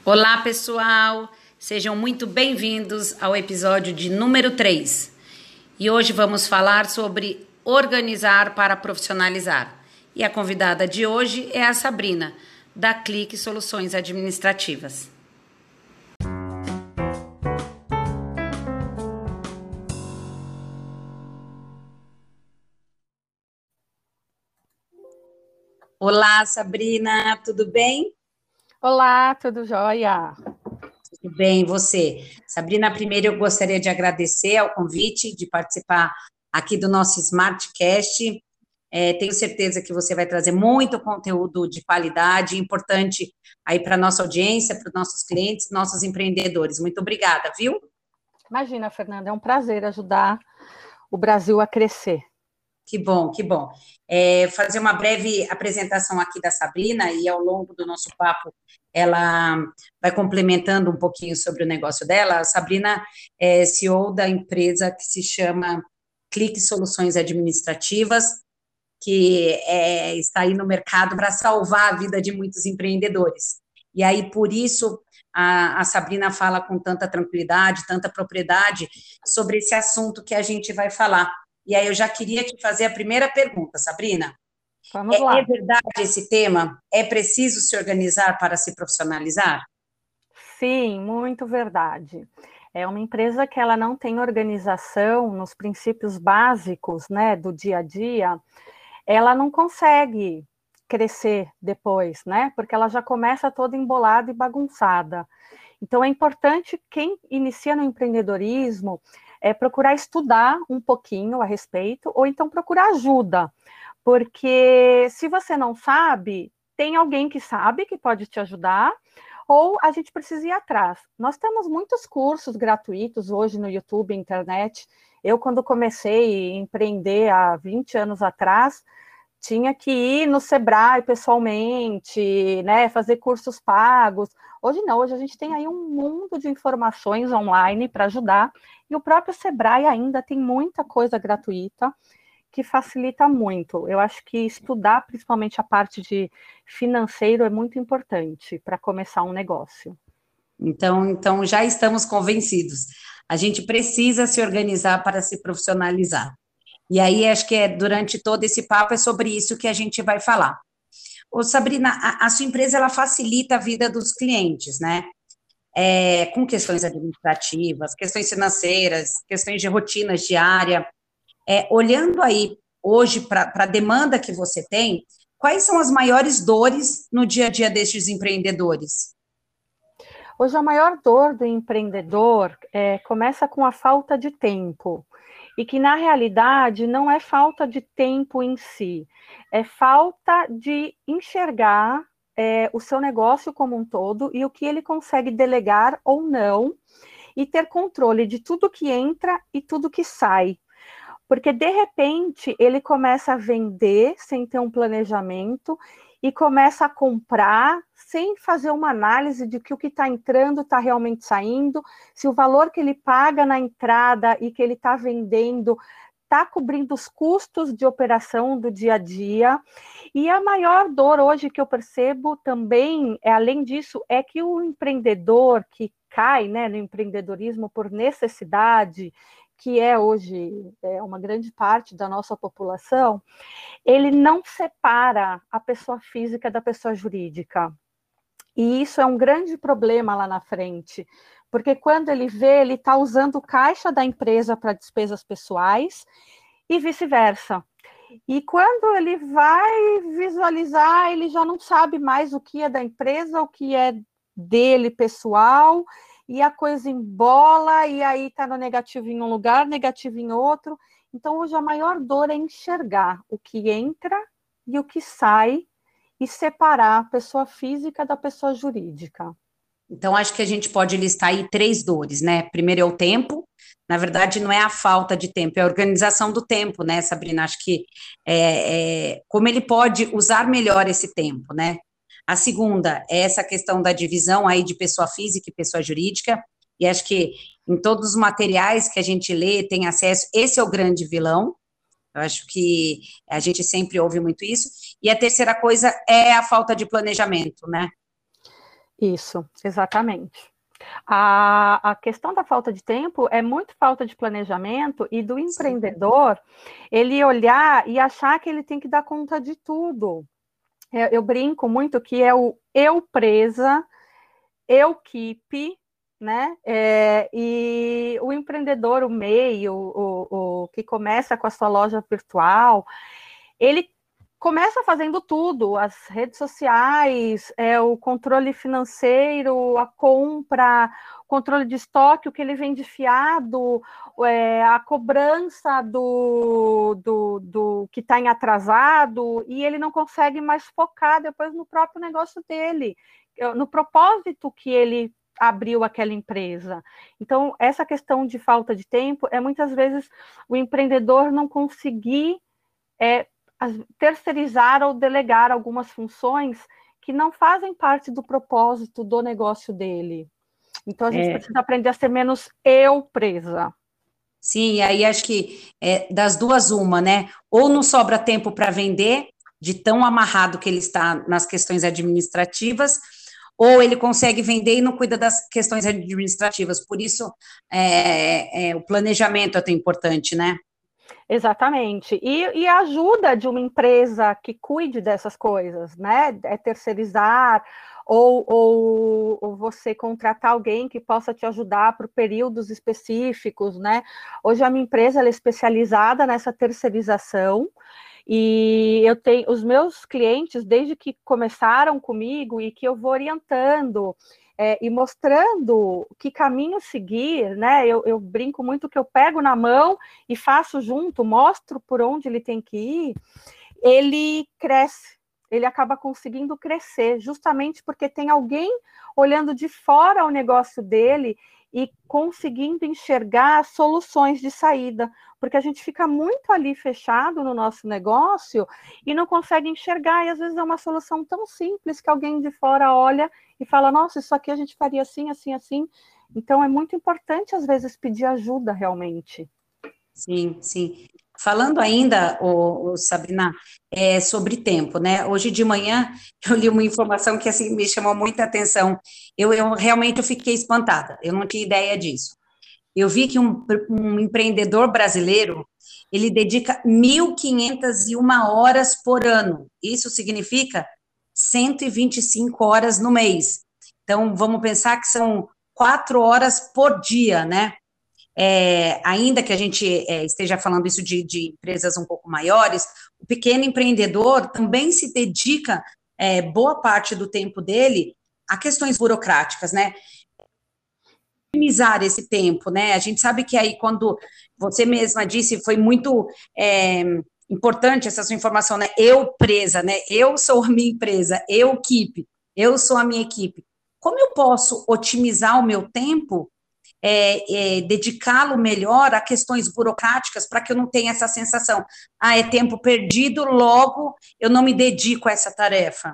Olá, pessoal! Sejam muito bem-vindos ao episódio de número 3. E hoje vamos falar sobre organizar para profissionalizar. E a convidada de hoje é a Sabrina, da Clique Soluções Administrativas. Olá, Sabrina, tudo bem? Olá, tudo jóia? Tudo bem, e você? Sabrina, primeiro eu gostaria de agradecer ao convite de participar aqui do nosso SmartCast. Tenho certeza que você vai trazer muito conteúdo de qualidade, importante aí para a nossa audiência, para os nossos clientes, nossos empreendedores. Muito obrigada, viu? Imagina, Fernanda, é um prazer ajudar o Brasil a crescer. Que bom, que bom. Fazer uma breve apresentação aqui da Sabrina e ao longo do nosso papo ela vai complementando um pouquinho sobre o negócio dela. A Sabrina é CEO da empresa que se chama Clique Soluções Administrativas, que está aí no mercado para salvar a vida de muitos empreendedores. E aí, por isso, a Sabrina fala com tanta tranquilidade, tanta propriedade sobre esse assunto que a gente vai falar. E aí, eu já queria te fazer a primeira pergunta, Sabrina. Vamos É lá. verdade esse tema? É preciso se organizar para se profissionalizar? Sim, muito verdade. É uma empresa que ela não tem organização nos princípios básicos, né, do dia a dia, ela não consegue crescer depois, né? Porque ela já começa toda embolada e bagunçada. Então é importante quem inicia no empreendedorismo procurar estudar um pouquinho a respeito, ou então procurar ajuda. Porque se você não sabe, tem alguém que sabe que pode te ajudar, ou a gente precisa ir atrás. Nós temos muitos cursos gratuitos hoje no YouTube, internet. Eu, quando comecei a empreender há 20 anos atrás, tinha que ir no Sebrae pessoalmente, né, fazer cursos pagos. Hoje não, hoje a gente tem aí um mundo de informações online para ajudar, e o próprio Sebrae ainda tem muita coisa gratuita que facilita muito. Eu acho que estudar, principalmente a parte de financeiro, é muito importante para começar um negócio. Então, já estamos convencidos. A gente precisa se organizar para se profissionalizar. E aí, acho que durante todo esse papo é sobre isso que a gente vai falar. Ô, Sabrina, a sua empresa, ela facilita a vida dos clientes, né? Com questões administrativas, questões financeiras, questões de rotinas diária. Olhando aí hoje para a demanda que você tem, quais são as maiores dores no dia a dia destes empreendedores? Hoje a maior dor do empreendedor começa com a falta de tempo. E que, na realidade, não é falta de tempo em si, é falta de enxergar o seu negócio como um todo e o que ele consegue delegar ou não, e ter controle de tudo que entra e tudo que sai. Porque, de repente, ele começa a vender sem ter um planejamento e começa a comprar sem fazer uma análise de que o que está entrando está realmente saindo, se o valor que ele paga na entrada e que ele está vendendo está cobrindo os custos de operação do dia a dia. E a maior dor hoje que eu percebo também, além disso, é que o empreendedor que cai, né, no empreendedorismo por necessidade, que é hoje uma grande parte da nossa população, ele não separa a pessoa física da pessoa jurídica. E isso é um grande problema lá na frente, porque quando ele vê, ele está usando o caixa da empresa para despesas pessoais e vice-versa. E quando ele vai visualizar, ele já não sabe mais o que é da empresa, o que é dele pessoal, e a coisa embola, e aí está no negativo em um lugar, negativo em outro. Então, hoje a maior dor é enxergar o que entra e o que sai e separar a pessoa física da pessoa jurídica. Então, acho que a gente pode listar aí três dores, né? Primeiro é o tempo. Na verdade, não é a falta de tempo, é a organização do tempo, né, Sabrina? Acho que como ele pode usar melhor esse tempo, né? A segunda é essa questão da divisão aí de pessoa física e pessoa jurídica, e acho que em todos os materiais que a gente lê, tem acesso, esse é o grande vilão. Eu acho que a gente sempre ouve muito isso. E a terceira coisa é a falta de planejamento, né? Isso, exatamente. A questão da falta de tempo é muito falta de planejamento e do Sim. empreendedor ele olhar e achar que ele tem que dar conta de tudo. Eu brinco muito que é o eu presa, eu keep, né? E o empreendedor, o MEI, o que começa com a sua loja virtual, ele começa fazendo tudo, as redes sociais, o controle financeiro, a compra, o controle de estoque, o que ele vende fiado, a cobrança do que está em atrasado, e ele não consegue mais focar depois no próprio negócio dele, no propósito que ele abriu aquela empresa. Então, essa questão de falta de tempo é muitas vezes o empreendedor não conseguir terceirizar ou delegar algumas funções que não fazem parte do propósito do negócio dele. Então, a gente precisa aprender a ser menos eu presa. Sim, aí acho que das duas uma, né? Ou não sobra tempo para vender, de tão amarrado que ele está nas questões administrativas, ou ele consegue vender e não cuida das questões administrativas. Por isso, o planejamento é tão importante, né? Exatamente. E a ajuda de uma empresa que cuide dessas coisas, né? É terceirizar ou você contratar alguém que possa te ajudar por períodos específicos, né? Hoje a minha empresa ela é especializada nessa terceirização e eu tenho os meus clientes, desde que começaram comigo e que eu vou orientando e mostrando que caminho seguir, né? Eu brinco muito que eu pego na mão e faço junto, mostro por onde ele tem que ir, ele cresce, ele acaba conseguindo crescer, justamente porque tem alguém olhando de fora o negócio dele e conseguindo enxergar soluções de saída, porque a gente fica muito ali fechado no nosso negócio e não consegue enxergar, e às vezes é uma solução tão simples que alguém de fora olha e fala, nossa, isso aqui a gente faria assim, assim, assim. Então é muito importante, às vezes, pedir ajuda realmente. Sim, sim. Falando ainda, Sabrina, sobre tempo, né? Hoje de manhã eu li uma informação que assim me chamou muita atenção. Eu realmente eu fiquei espantada. Eu não tinha ideia disso. Eu vi que um empreendedor brasileiro ele dedica 1.501 horas por ano. Isso significa 125 horas no mês. Então vamos pensar que são 4 horas por dia, né? Ainda que a gente esteja falando isso de empresas um pouco maiores, o pequeno empreendedor também se dedica boa parte do tempo dele a questões burocráticas, né? Otimizar esse tempo, né? A gente sabe que aí, quando você mesma disse, foi muito importante essa sua informação, né? Eu presa, né? Eu sou a minha empresa, eu keep, eu sou a minha equipe. Como eu posso otimizar o meu tempo dedicá-lo melhor a questões burocráticas para que eu não tenha essa sensação, é tempo perdido, logo eu não me dedico a essa tarefa.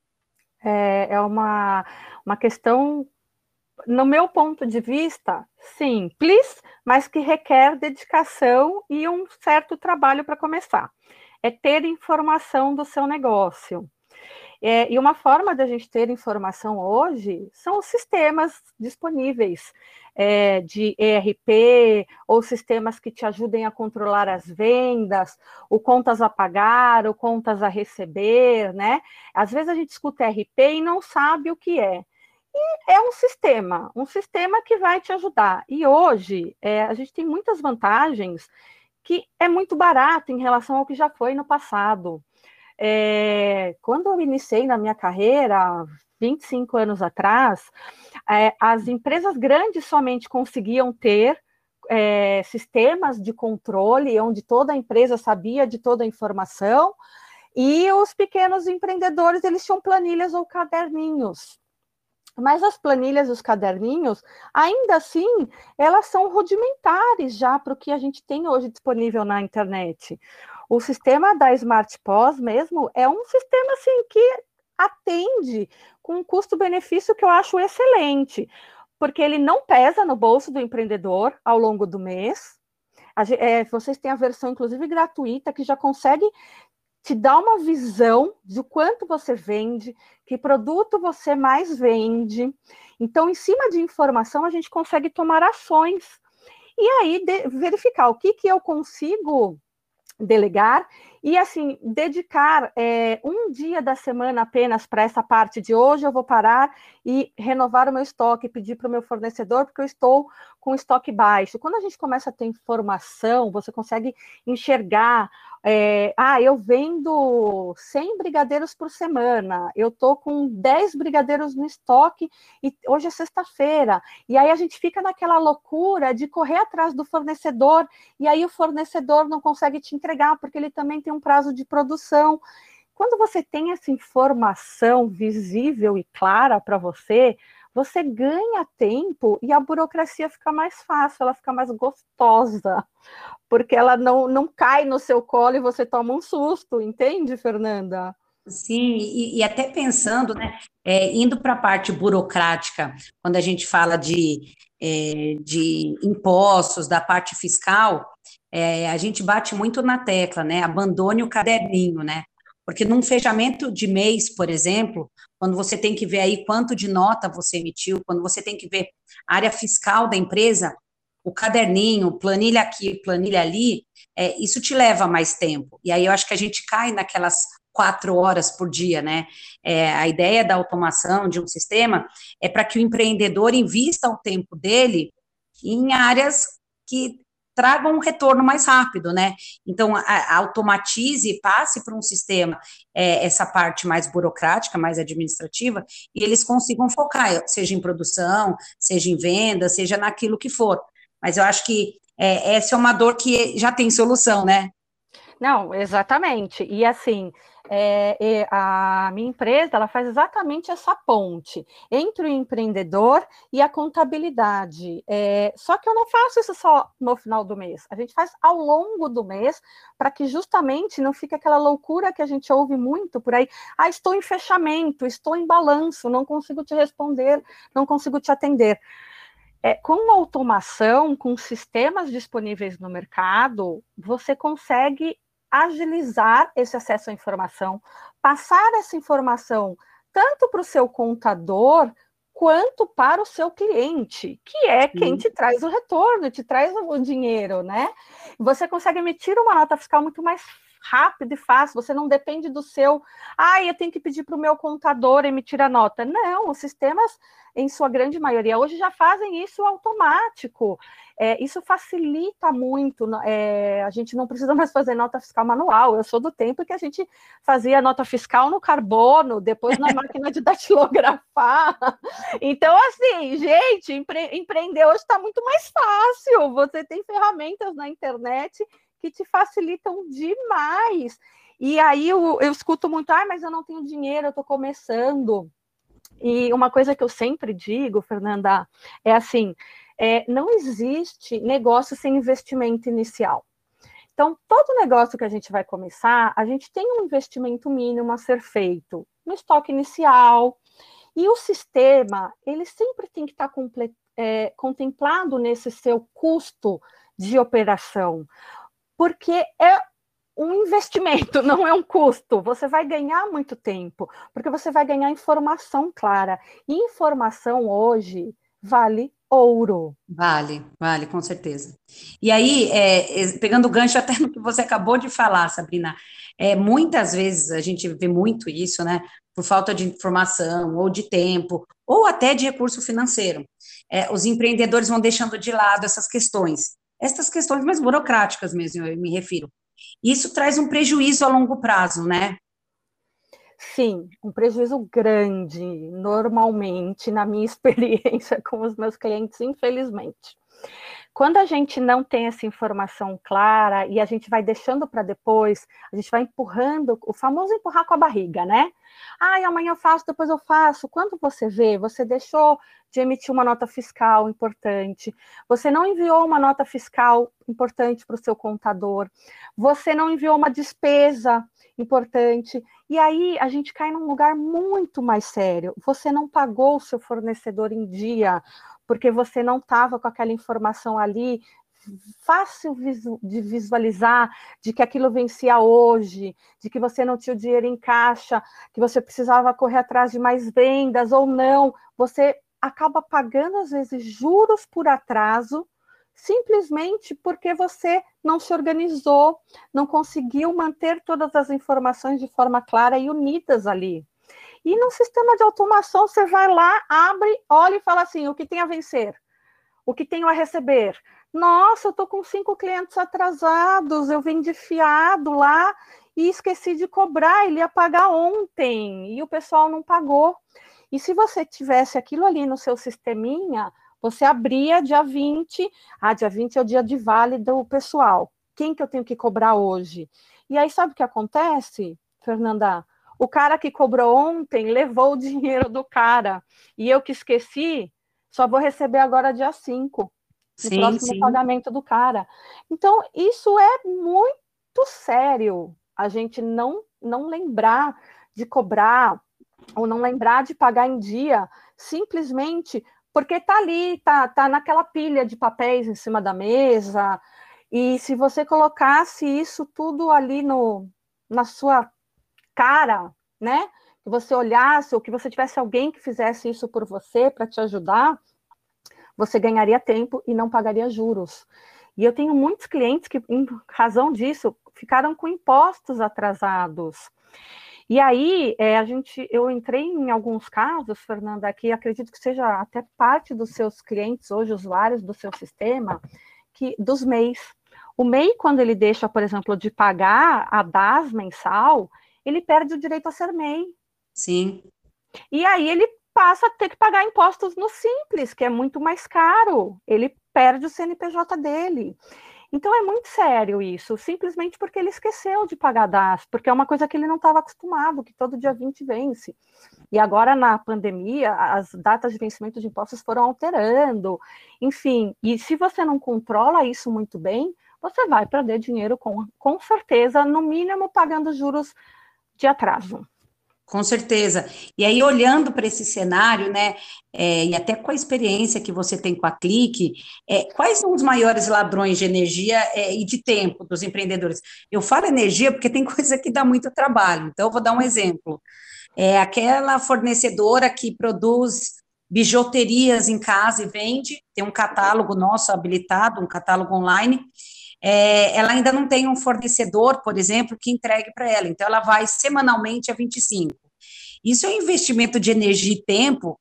É uma questão, no meu ponto de vista, simples, mas que requer dedicação e um certo trabalho para começar. É ter informação do seu negócio. E uma forma da gente ter informação hoje são os sistemas disponíveis de ERP ou sistemas que te ajudem a controlar as vendas, o contas a pagar, o contas a receber, né? Às vezes a gente escuta ERP e não sabe o que é. E é um sistema que vai te ajudar. E hoje a gente tem muitas vantagens que é muito barato em relação ao que já foi no passado. Quando eu iniciei na minha carreira, 25 anos atrás, as empresas grandes somente conseguiam ter sistemas de controle, onde toda a empresa sabia de toda a informação, e os pequenos empreendedores, eles tinham planilhas ou caderninhos. Mas as planilhas e os caderninhos, ainda assim, elas são rudimentares já para o que a gente tem hoje disponível na internet. O sistema da Smart POS mesmo é um sistema assim, que atende com um custo-benefício que eu acho excelente, porque ele não pesa no bolso do empreendedor ao longo do mês. Vocês têm a versão, inclusive, gratuita, que já consegue te dá uma visão de quanto você vende, que produto você mais vende. Então, em cima de informação, a gente consegue tomar ações. E aí, verificar o que eu consigo delegar e, assim, dedicar um dia da semana apenas para essa parte de hoje eu vou parar e renovar o meu estoque, pedir para o meu fornecedor, porque eu estou com estoque baixo. Quando a gente começa a ter informação, você consegue enxergar, eu vendo 100 brigadeiros por semana, eu estou com 10 brigadeiros no estoque e hoje é sexta-feira. E aí a gente fica naquela loucura de correr atrás do fornecedor e aí o fornecedor não consegue te entregar, porque ele também tem um prazo de produção. Quando você tem essa informação visível e clara para você, você ganha tempo e a burocracia fica mais fácil, ela fica mais gostosa, porque ela não cai no seu colo e você toma um susto, entende, Fernanda? Sim, e até pensando, né, indo para a parte burocrática, quando a gente fala de impostos, da parte fiscal, a gente bate muito na tecla, né, abandone o caderninho, né, porque num fechamento de mês, por exemplo, quando você tem que ver aí quanto de nota você emitiu, quando você tem que ver a área fiscal da empresa, o caderninho, planilha aqui, planilha ali, isso te leva mais tempo. E aí eu acho que a gente cai naquelas 4 horas por dia, né? A ideia da automação de um sistema é para que o empreendedor invista o tempo dele em áreas que tragam um retorno mais rápido, né? Então, automatize, passe para um sistema essa parte mais burocrática, mais administrativa, e eles consigam focar, seja em produção, seja em venda, seja naquilo que for. Mas eu acho que essa é uma dor que já tem solução, né? Não, exatamente. E assim, a minha empresa ela faz exatamente essa ponte entre o empreendedor e a contabilidade. Só que eu não faço isso só no final do mês. A gente faz ao longo do mês para que justamente não fique aquela loucura que a gente ouve muito por aí. Ah, estou em fechamento, estou em balanço, não consigo te responder, não consigo te atender. Com automação, com sistemas disponíveis no mercado, você consegue agilizar esse acesso à informação, passar essa informação tanto para o seu contador quanto para o seu cliente, que é quem te traz o retorno, te traz o dinheiro, né? Você consegue emitir uma nota fiscal muito mais rápido e fácil, você não depende do seu, eu tenho que pedir para o meu contador emitir a nota. Não, os sistemas, em sua grande maioria, hoje já fazem isso automático. Isso facilita muito, a gente não precisa mais fazer nota fiscal manual. Eu sou do tempo que a gente fazia nota fiscal no carbono, depois na máquina de datilografar. Então, assim, gente, empreender hoje está muito mais fácil. Você tem ferramentas na internet que te facilitam demais. E aí eu escuto muito, mas eu não tenho dinheiro, eu estou começando. E uma coisa que eu sempre digo, Fernanda, é assim, não existe negócio sem investimento inicial. Então, todo negócio que a gente vai começar, a gente tem um investimento mínimo a ser feito no estoque inicial. E o sistema, ele sempre tem que estar contemplado nesse seu custo de operação, porque é um investimento, não é um custo. Você vai ganhar muito tempo, porque você vai ganhar informação clara. E informação hoje vale ouro. Vale, vale, com certeza. E aí, pegando o gancho até no que você acabou de falar, Sabrina, muitas vezes a gente vê muito isso, né, por falta de informação, ou de tempo, ou até de recurso financeiro. Os empreendedores vão deixando de lado essas questões mais burocráticas mesmo, eu me refiro. Isso traz um prejuízo a longo prazo, né? Sim, um prejuízo grande, normalmente, na minha experiência com os meus clientes, infelizmente. Quando a gente não tem essa informação clara e a gente vai deixando para depois, a gente vai empurrando, o famoso empurrar com a barriga, né? Amanhã eu faço, depois eu faço. Quando você vê, você deixou de emitir uma nota fiscal importante, você não enviou uma nota fiscal importante para o seu contador, você não enviou uma despesa importante, e aí a gente cai num lugar muito mais sério. Você não pagou o seu fornecedor em dia, porque você não estava com aquela informação ali fácil de visualizar, de que aquilo vencia hoje, de que você não tinha o dinheiro em caixa, que você precisava correr atrás de mais vendas ou não, você acaba pagando, às vezes, juros por atraso, simplesmente porque você não se organizou, não conseguiu manter todas as informações de forma clara e unidas ali. E no sistema de automação, você vai lá, abre, olha e fala assim, o que tem a vencer? O que tenho a receber? Nossa, eu estou com 5 clientes atrasados, eu vendi fiado lá e esqueci de cobrar, ele ia pagar ontem, e o pessoal não pagou. E se você tivesse aquilo ali no seu sisteminha, você abria dia 20, dia 20 é o dia de vale do pessoal. Quem que eu tenho que cobrar hoje? E aí, sabe o que acontece, Fernanda? O cara que cobrou ontem levou o dinheiro do cara, e eu que esqueci, só vou receber agora dia 5, no Sim, próximo sim. pagamento do cara. Então, isso é muito sério, a gente não lembrar de cobrar, ou não lembrar de pagar em dia, simplesmente porque está ali, tá naquela pilha de papéis em cima da mesa, e se você colocasse isso tudo ali na sua cara, né? Que você olhasse, ou que você tivesse alguém que fizesse isso por você para te ajudar, você ganharia tempo e não pagaria juros. E eu tenho muitos clientes que, em razão disso, ficaram com impostos atrasados. E aí, eu entrei em alguns casos, Fernanda, que acredito que seja até parte dos seus clientes hoje, usuários do seu sistema, dos MEIs. O MEI, quando ele deixa, por exemplo, de pagar a DAS mensal, ele perde o direito a ser MEI. Sim. E aí ele passa a ter que pagar impostos no Simples, que é muito mais caro. Ele perde o CNPJ dele. Então é muito sério isso, simplesmente porque ele esqueceu de pagar DAS, porque é uma coisa que ele não estava acostumado, que todo dia 20 vence. E agora, na pandemia, as datas de vencimento de impostos foram alterando. Enfim, e se você não controla isso muito bem, você vai perder dinheiro com certeza, no mínimo pagando juros de atraso. Com certeza. E aí, olhando para esse cenário, né, e até com a experiência que você tem com a Clique, quais são os maiores ladrões de energia, e de tempo dos empreendedores? Eu falo energia porque tem coisa que dá muito trabalho. Então, eu vou dar um exemplo. Aquela fornecedora que produz bijuterias em casa e vende, tem um catálogo nosso habilitado, um catálogo online. Ela ainda não tem um fornecedor, por exemplo, que entregue para ela. Então, ela vai semanalmente a 25. Isso é um investimento de energia e tempo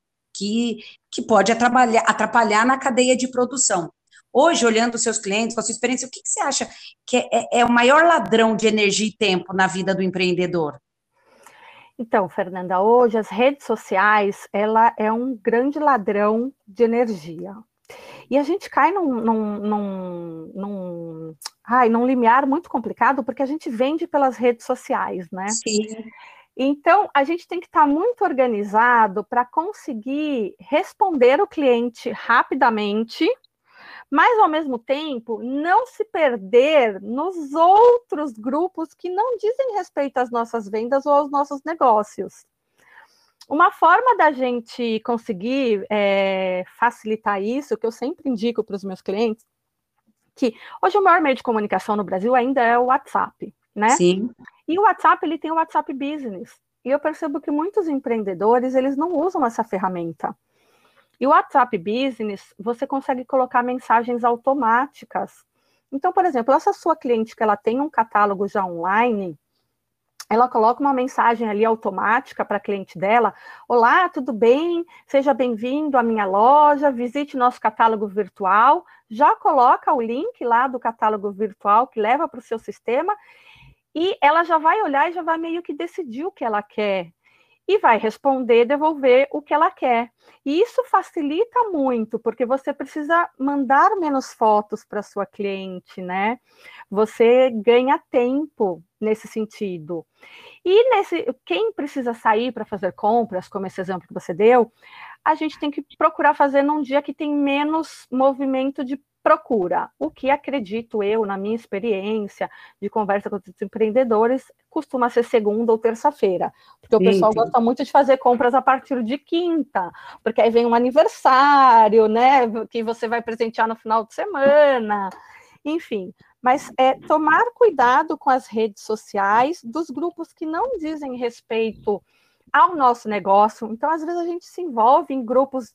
que pode atrapalhar na cadeia de produção. Hoje, olhando os seus clientes, com a sua experiência, o que você acha que é o maior ladrão de energia e tempo na vida do empreendedor? Então, Fernanda, hoje as redes sociais, ela é um grande ladrão de energia. E a gente cai num limiar muito complicado, porque a gente vende pelas redes sociais, né? Sim. Então, a gente tem que estar muito organizado para conseguir responder o cliente rapidamente, mas, ao mesmo tempo, não se perder nos outros grupos que não dizem respeito às nossas vendas ou aos nossos negócios. Uma forma da gente conseguir facilitar isso, que eu sempre indico para os meus clientes, que hoje o maior meio de comunicação no Brasil ainda é o WhatsApp, né? Sim. E o WhatsApp, ele tem o WhatsApp Business. E eu percebo que muitos empreendedores, eles não usam essa ferramenta. E o WhatsApp Business, você consegue colocar mensagens automáticas. Então, por exemplo, essa sua cliente que ela tem um catálogo já online, ela coloca uma mensagem ali automática para a cliente dela: olá, tudo bem? Seja bem-vindo à minha loja, visite nosso catálogo virtual. Já coloca o link lá do catálogo virtual que leva para o seu sistema, e ela já vai olhar e já vai meio que decidir o que ela quer. E vai responder, devolver o que ela quer. E isso facilita muito, porque você precisa mandar menos fotos para sua cliente, né? Você ganha tempo nesse sentido. E quem precisa sair para fazer compras, como esse exemplo que você deu, a gente tem que procurar fazer num dia que tem menos movimento de procura. O que acredito eu, na minha experiência de conversa com os empreendedores, costuma ser segunda ou terça-feira, porque o pessoal gosta muito de fazer compras a partir de quinta, porque aí vem um aniversário, né, que você vai presentear no final de semana, enfim. Mas tomar cuidado com as redes sociais dos grupos que não dizem respeito ao nosso negócio. Então, às vezes, a gente se envolve em grupos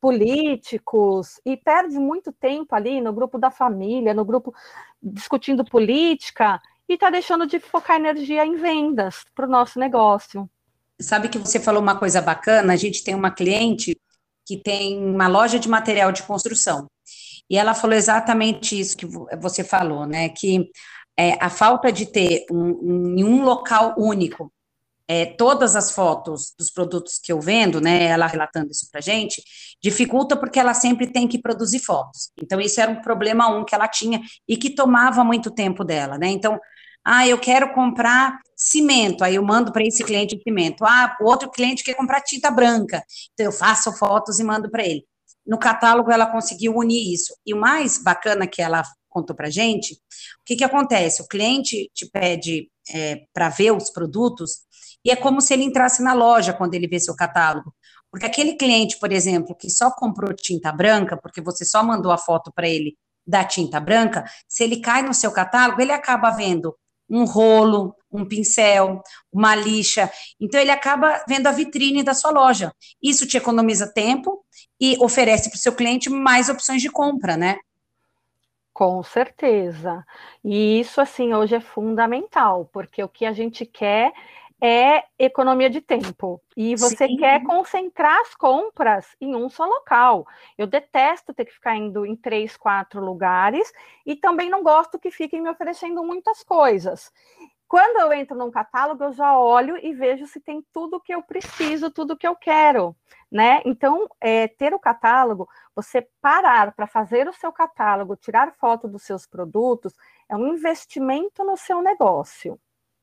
políticos e perde muito tempo ali no grupo da família, no grupo discutindo política, e está deixando de focar energia em vendas para o nosso negócio. Sabe que você falou uma coisa bacana? A gente tem uma cliente que tem uma loja de material de construção. E ela falou exatamente isso que você falou, né? Que a falta de ter em um local único todas as fotos dos produtos que eu vendo, né? Ela relatando isso para gente, dificulta porque ela sempre tem que produzir fotos. Então, isso era um problema que ela tinha e que tomava muito tempo dela, né? Então, eu quero comprar cimento, aí eu mando para esse cliente cimento. O outro cliente quer comprar tinta branca, então eu faço fotos e mando para ele. No catálogo, ela conseguiu unir isso. E o mais bacana que ela contou para gente, o que acontece? O cliente te pede para ver os produtos, e é como se ele entrasse na loja quando ele vê seu catálogo. Porque aquele cliente, por exemplo, que só comprou tinta branca, porque você só mandou a foto para ele da tinta branca, se ele cai no seu catálogo, ele acaba vendo um rolo, um pincel, uma lixa. Então, ele acaba vendo a vitrine da sua loja. Isso te economiza tempo e oferece para o seu cliente mais opções de compra, né? Com certeza. E isso, assim, hoje é fundamental, porque o que a gente quer é economia de tempo. E você Sim. quer concentrar as compras em um só local. Eu detesto ter que ficar indo em 3, 4 lugares e também não gosto que fiquem me oferecendo muitas coisas. Quando eu entro num catálogo, eu já olho e vejo se tem tudo que eu preciso, tudo que eu quero, né? Então, ter o catálogo, você parar para fazer o seu catálogo, tirar foto dos seus produtos, é um investimento no seu negócio.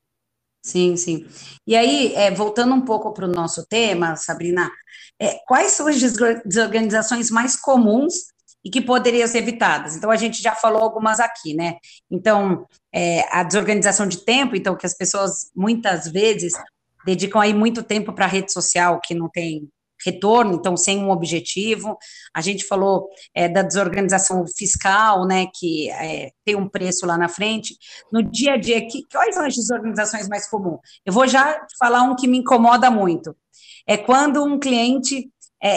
Sim, sim. E aí, voltando um pouco para o nosso tema, Sabrina, quais são as desorganizações mais comuns e que poderiam ser evitadas? Então, a gente já falou algumas aqui, né? Então, a desorganização de tempo, então, que as pessoas muitas vezes dedicam aí muito tempo para a rede social, que não tem retorno, então, sem um objetivo. A gente falou da desorganização fiscal, né, que tem um preço lá na frente. No dia a dia, quais são as desorganizações mais comuns? Eu vou já falar um que me incomoda muito. É quando um cliente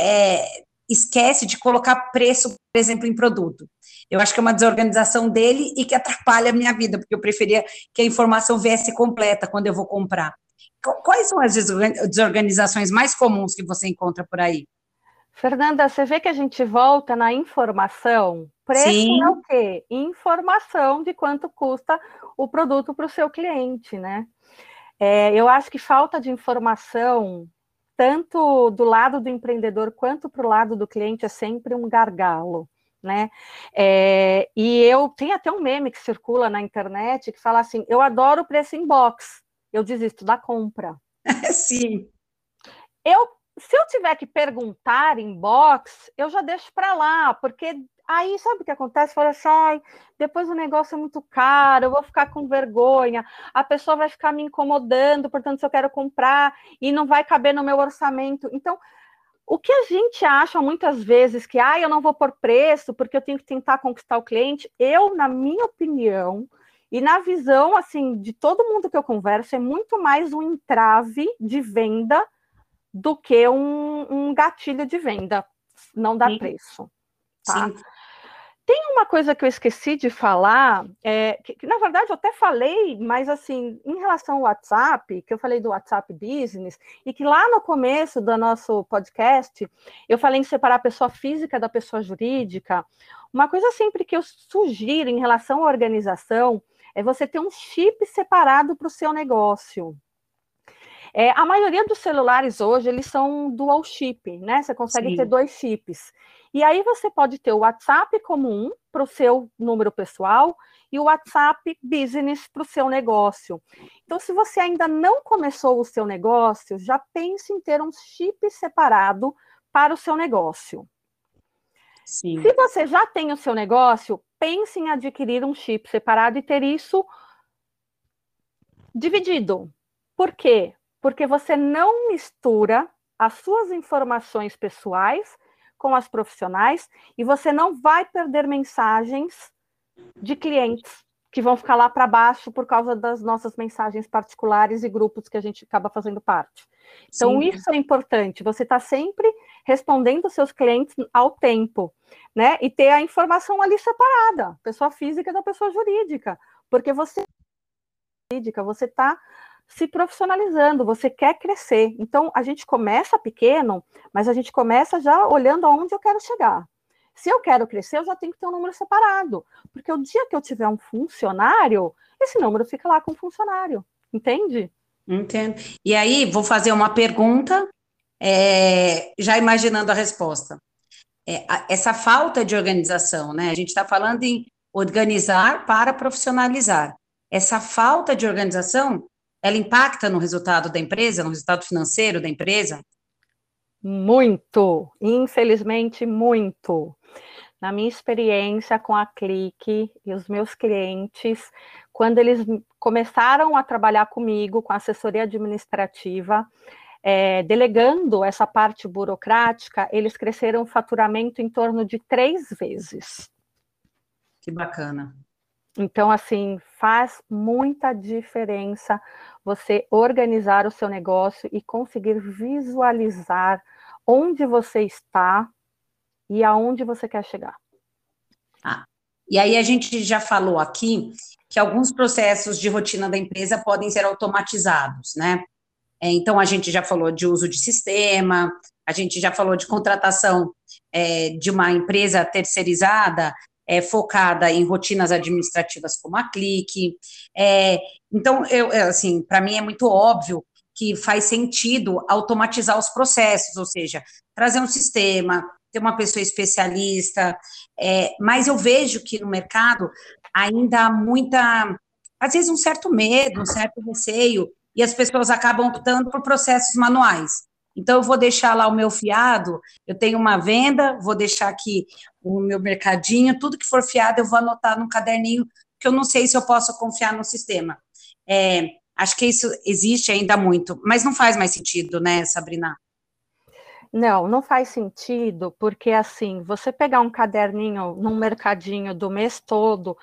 esquece de colocar preço, por exemplo, em produto. Eu acho que é uma desorganização dele e que atrapalha a minha vida, porque eu preferia que a informação viesse completa quando eu vou comprar. Quais são as desorganizações mais comuns que você encontra por aí? Fernanda, você vê que a gente volta na informação? Preço é o Sim. quê? Informação de quanto custa o produto para o seu cliente, né? Eu acho que falta de informação, tanto do lado do empreendedor quanto para o lado do cliente, é sempre um gargalo, né? E eu tenho até um meme que circula na internet que fala assim: eu adoro o preço em box, eu desisto da compra. Sim. Se eu tiver que perguntar em box, eu já deixo para lá, porque aí sabe o que acontece? Fala assim, depois o negócio é muito caro, eu vou ficar com vergonha, a pessoa vai ficar me incomodando, portanto, se eu quero comprar e não vai caber no meu orçamento. Então, o que a gente acha muitas vezes que eu não vou pôr preço porque eu tenho que tentar conquistar o cliente, na minha opinião, e na visão assim de todo mundo que eu converso, é muito mais um entrave de venda do que um gatilho de venda, não dá Sim. preço, tá? Sim. Tem uma coisa que eu esqueci de falar, que na verdade eu até falei, mas assim, em relação ao WhatsApp, que eu falei do WhatsApp Business, e que lá no começo do nosso podcast, eu falei em separar a pessoa física da pessoa jurídica. Uma coisa sempre que eu sugiro em relação à organização é você ter um chip separado para o seu negócio. A maioria dos celulares hoje, eles são dual chip, né? Você consegue ter Sim. 2 chips. E aí você pode ter o WhatsApp comum para o seu número pessoal e o WhatsApp Business para o seu negócio. Então, se você ainda não começou o seu negócio, já pense em ter um chip separado para o seu negócio. Sim. Se você já tem o seu negócio, pense em adquirir um chip separado e ter isso dividido. Por quê? Porque você não mistura as suas informações pessoais com as profissionais e você não vai perder mensagens de clientes que vão ficar lá para baixo por causa das nossas mensagens particulares e grupos que a gente acaba fazendo parte. Então, Sim. isso é importante. Você está sempre respondendo os seus clientes ao tempo, né? E ter a informação ali separada, pessoa física da pessoa jurídica, porque você está se profissionalizando, você quer crescer. Então, a gente começa pequeno, mas a gente começa já olhando aonde eu quero chegar. Se eu quero crescer, eu já tenho que ter um número separado, porque o dia que eu tiver um funcionário, esse número fica lá com o funcionário, entende? Entendo. E aí, vou fazer uma pergunta, já imaginando a resposta. Essa falta de organização, né? A gente está falando em organizar para profissionalizar. Essa falta de organização, ela impacta no resultado da empresa, no resultado financeiro da empresa? Muito, infelizmente, muito. Na minha experiência com a Clique e os meus clientes, quando eles começaram a trabalhar comigo com assessoria administrativa, delegando essa parte burocrática, eles cresceram o faturamento em torno de 3 vezes. Que bacana. Então, assim, faz muita diferença você organizar o seu negócio e conseguir visualizar onde você está e aonde você quer chegar. Ah, e aí a gente já falou aqui que alguns processos de rotina da empresa podem ser automatizados, né? Então a gente já falou de uso de sistema, a gente já falou de contratação de uma empresa terceirizada focada em rotinas administrativas como a Clique. Então, assim, para mim é muito óbvio que faz sentido automatizar os processos, ou seja, trazer um sistema, ter uma pessoa especialista, mas eu vejo que no mercado ainda há muita, às vezes um certo medo, um certo receio, e as pessoas acabam optando por processos manuais. Então, eu vou deixar lá o meu fiado, eu tenho uma venda, vou deixar aqui o meu mercadinho, tudo que for fiado eu vou anotar num caderninho, porque eu não sei se eu posso confiar no sistema. Acho que isso existe ainda muito, mas não faz mais sentido, né, Sabrina? Não, não faz sentido, porque assim, você pegar um caderninho num mercadinho do mês todo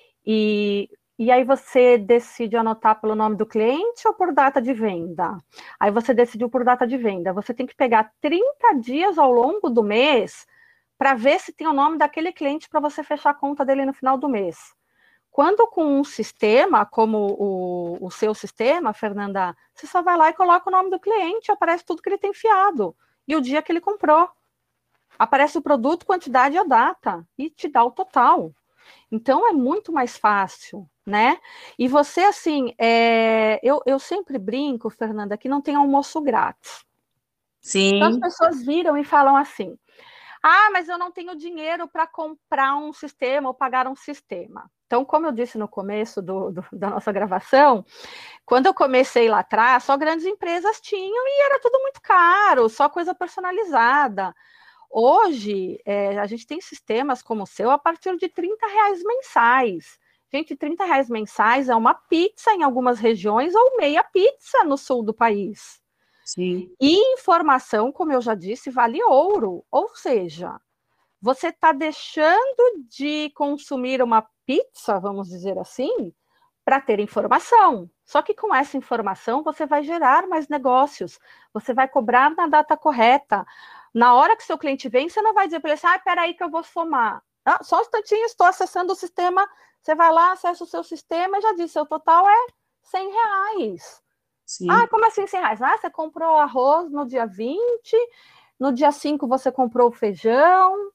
e aí você decide anotar pelo nome do cliente ou por data de venda. Aí você decidiu por data de venda. Você tem que pegar 30 dias ao longo do mês para ver se tem o nome daquele cliente para você fechar a conta dele no final do mês. Quando com um sistema, como o seu sistema, Fernanda, você só vai lá e coloca o nome do cliente, aparece tudo que ele tem fiado. E o dia que ele comprou. Aparece o produto, quantidade e a data. E te dá o total. Então, é muito mais fácil, né? E você, assim, eu sempre brinco, Fernanda, que não tem almoço grátis. Então, as Sim, pessoas viram e falam assim, ah, mas eu não tenho dinheiro para comprar um sistema ou pagar um sistema. Então, como eu disse no começo da nossa gravação, quando eu comecei lá atrás, só grandes empresas tinham e era tudo muito caro, só coisa personalizada. Hoje, a gente tem sistemas como o seu a partir de R$ 30 mensais. Gente, R$ 30 mensais é uma pizza em algumas regiões ou meia pizza no sul do país. sim, E informação, como eu já disse, vale ouro. Ou seja, você está deixando de consumir uma pizza, vamos dizer assim, para ter informação. Só que com essa informação você vai gerar mais negócios, você vai cobrar na data correta. Na hora que seu cliente vem, você não vai dizer para ele assim, ah, peraí que eu vou somar. Ah, só um instantinho, estou acessando o sistema. Você vai lá, acessa o seu sistema e já disse, seu total é R$ 100. Ah, sim. como assim R$ 100? Ah, você comprou arroz no dia 20, no dia 5 você comprou o feijão,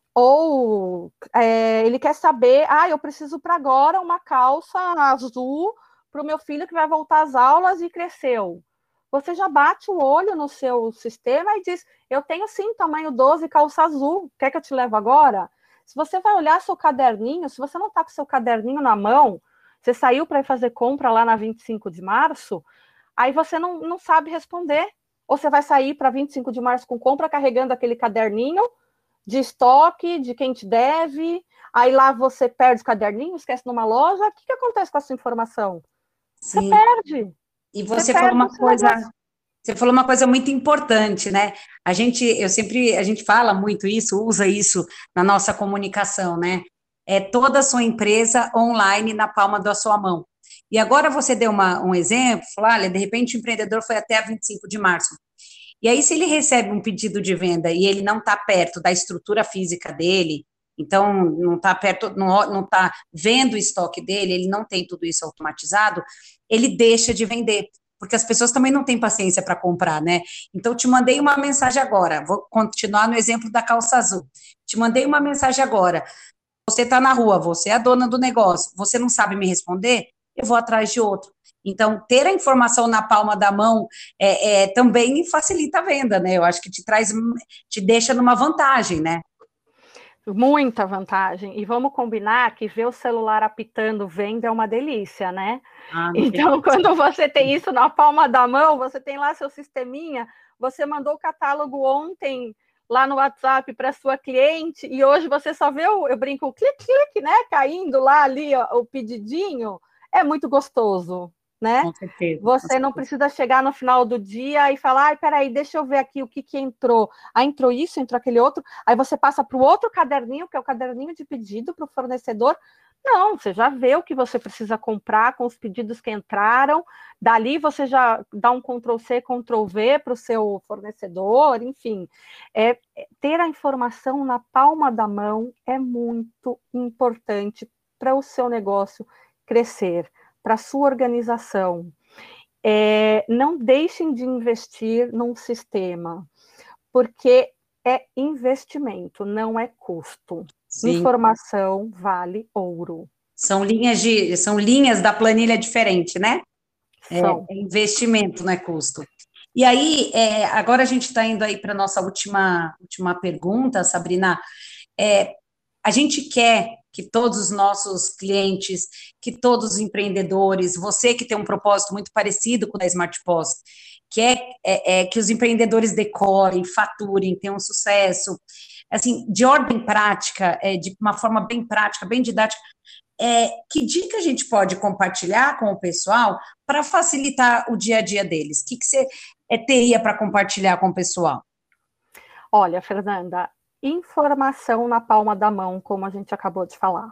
ou ele quer saber, eu preciso para agora uma calça azul para o meu filho que vai voltar às aulas e cresceu. Você já bate o olho no seu sistema e diz, eu tenho sim tamanho 12, calça azul, quer que eu te leve agora? Se você vai olhar seu caderninho, se você não está com seu caderninho na mão, você saiu para ir fazer compra lá na 25 de março, aí você não sabe responder. Ou você vai sair para 25 de março com compra carregando aquele caderninho, de estoque, de quem te deve, aí lá você perde o caderninho, esquece numa loja, o que acontece com a sua informação? Você Sim. perde, E você você falou perde o uma seu coisa, negócio. você falou uma coisa muito importante, né? A gente fala muito isso, usa isso na nossa comunicação, né? É toda a sua empresa online na palma da sua mão. E agora você deu um exemplo, falou, olha, de repente o empreendedor foi até a 25 de março. E aí, se ele recebe um pedido de venda e ele não está perto da estrutura física dele, então não está perto, não está vendo o estoque dele, ele não tem tudo isso automatizado, ele deixa de vender, porque as pessoas também não têm paciência para comprar, né? Então, te mandei uma mensagem agora, vou continuar no exemplo da calça azul. Te mandei uma mensagem agora. Você está na rua, você é a dona do negócio, você não sabe me responder, eu vou atrás de outro. Então, ter a informação na palma da mão também facilita a venda, né? Eu acho que te deixa numa vantagem, né? Muita vantagem. E vamos combinar que ver o celular apitando venda é uma delícia, né? Ah, não tem Então, condição. quando você tem isso na palma da mão, você tem lá seu sisteminha, você mandou o catálogo ontem lá no WhatsApp para sua cliente e hoje você só vê eu brinco, o clique, né? Caindo lá ali ó, o pedidinho. É muito gostoso, né? Com certeza, com Você não certeza. precisa chegar no final do dia e falar, ai, peraí, deixa eu ver aqui o que entrou. Ah, entrou isso, entrou aquele outro. Aí você passa para o outro caderninho, que é o caderninho de pedido para o fornecedor. Não, você já vê o que você precisa comprar com os pedidos que entraram. Dali você já dá um Ctrl+C, Ctrl+V para o seu fornecedor, enfim. Ter a informação na palma da mão é muito importante para o seu negócio crescer, para a sua organização. Não deixem de investir num sistema, porque é investimento, não é custo. Sim, Informação vale ouro. são linhas da planilha diferente, né? São. É investimento, não é custo. E aí, agora a gente está indo aí para a nossa última pergunta, Sabrina. É, a gente quer que todos os nossos clientes, que todos os empreendedores, você que tem um propósito muito parecido com o da Smart Post, que os empreendedores decorem, faturem, tenham sucesso, assim, de ordem prática, de uma forma bem prática, bem didática, que dica a gente pode compartilhar com o pessoal para facilitar o dia a dia deles? O que você teria para compartilhar com o pessoal? Olha, Fernanda, informação na palma da mão, como a gente acabou de falar.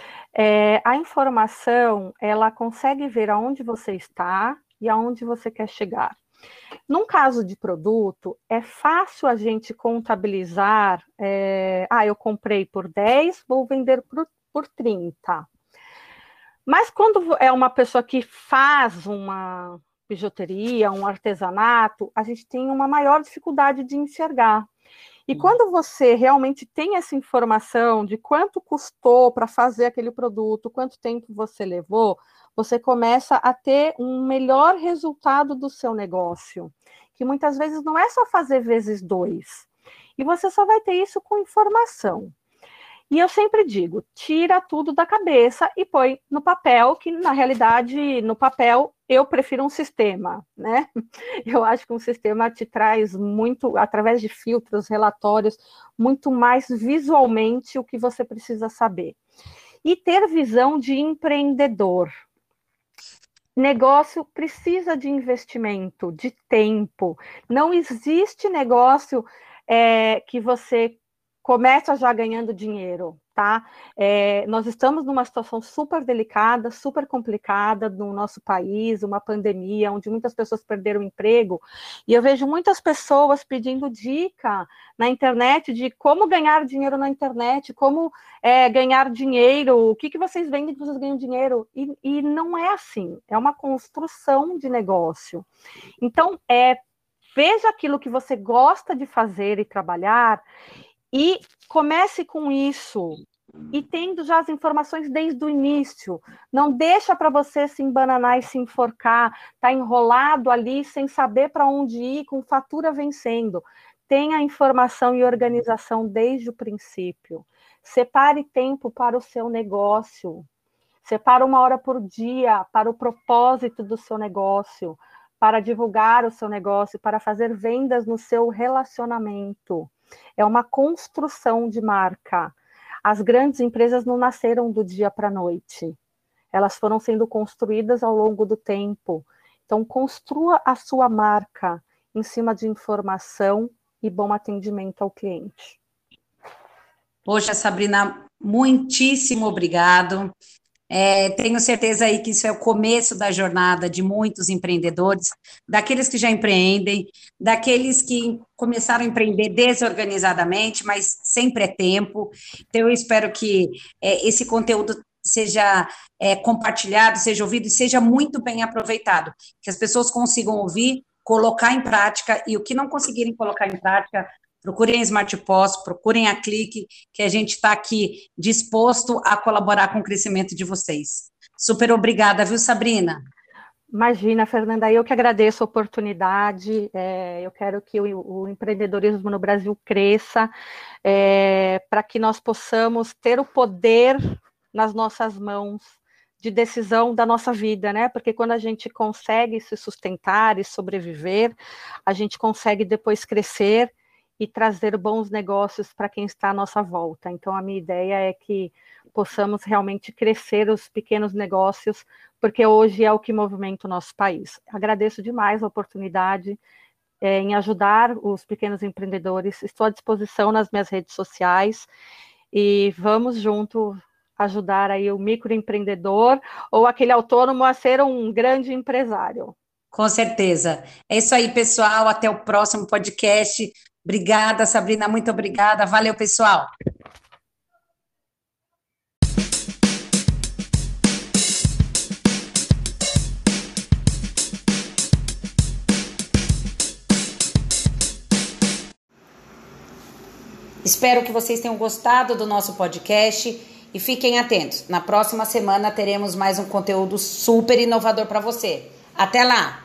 A informação, ela consegue ver aonde você está e aonde você quer chegar. Num caso de produto, é fácil a gente contabilizar, eu comprei por 10, vou vender por 30. Mas quando é uma pessoa que faz uma bijuteria, um artesanato, a gente tem uma maior dificuldade de enxergar. E quando você realmente tem essa informação de quanto custou para fazer aquele produto, quanto tempo você levou, você começa a ter um melhor resultado do seu negócio, que muitas vezes não é só fazer vezes 2. E você só vai ter isso com informação. E eu sempre digo, tira tudo da cabeça e põe no papel, que na realidade, no papel, eu prefiro um sistema, né? Eu acho que um sistema te traz muito, através de filtros, relatórios, muito mais visualmente o que você precisa saber. E ter visão de empreendedor. Negócio precisa de investimento, de tempo. Não existe negócio que você começa já ganhando dinheiro, tá? Nós estamos numa situação super delicada, super complicada no nosso país, uma pandemia, onde muitas pessoas perderam o emprego, e eu vejo muitas pessoas pedindo dica na internet de como ganhar dinheiro na internet, como ganhar dinheiro, o que vocês vendem que vocês ganham dinheiro, e não é assim, é uma construção de negócio. Então, veja aquilo que você gosta de fazer e trabalhar, e comece com isso, e tendo já as informações desde o início. Não deixa para você se embananar e se enforcar, tá enrolado ali sem saber para onde ir, com fatura vencendo. Tenha informação e organização desde o princípio. Separe tempo para o seu negócio. Separe 1 hora por dia para o propósito do seu negócio, para divulgar o seu negócio, para fazer vendas no seu relacionamento. É uma construção de marca. As grandes empresas não nasceram do dia para a noite. Elas foram sendo construídas ao longo do tempo. Então, construa a sua marca em cima de informação e bom atendimento ao cliente. Poxa, Sabrina, muitíssimo obrigado. Tenho certeza aí que isso é o começo da jornada de muitos empreendedores, daqueles que já empreendem, daqueles que começaram a empreender desorganizadamente, mas sempre é tempo. Então, eu espero que esse conteúdo seja compartilhado, seja ouvido e seja muito bem aproveitado, que as pessoas consigam ouvir, colocar em prática, e o que não conseguirem colocar em prática, procurem a Smart POS, procurem a Clique, que a gente está aqui disposto a colaborar com o crescimento de vocês. Super obrigada, viu, Sabrina? Imagina, Fernanda, eu que agradeço a oportunidade, eu quero que o empreendedorismo no Brasil cresça, para que nós possamos ter o poder nas nossas mãos de decisão da nossa vida, né? Porque quando a gente consegue se sustentar e sobreviver, a gente consegue depois crescer e trazer bons negócios para quem está à nossa volta. Então, a minha ideia é que possamos realmente crescer os pequenos negócios, porque hoje é o que movimenta o nosso país. Agradeço demais a oportunidade em ajudar os pequenos empreendedores. Estou à disposição nas minhas redes sociais e vamos junto ajudar aí o microempreendedor ou aquele autônomo a ser um grande empresário. Com certeza. É isso aí, pessoal. Até o próximo podcast. Obrigada, Sabrina. Muito obrigada. Valeu, pessoal. Espero que vocês tenham gostado do nosso podcast e fiquem atentos. Na próxima semana teremos mais um conteúdo super inovador para você. Até lá!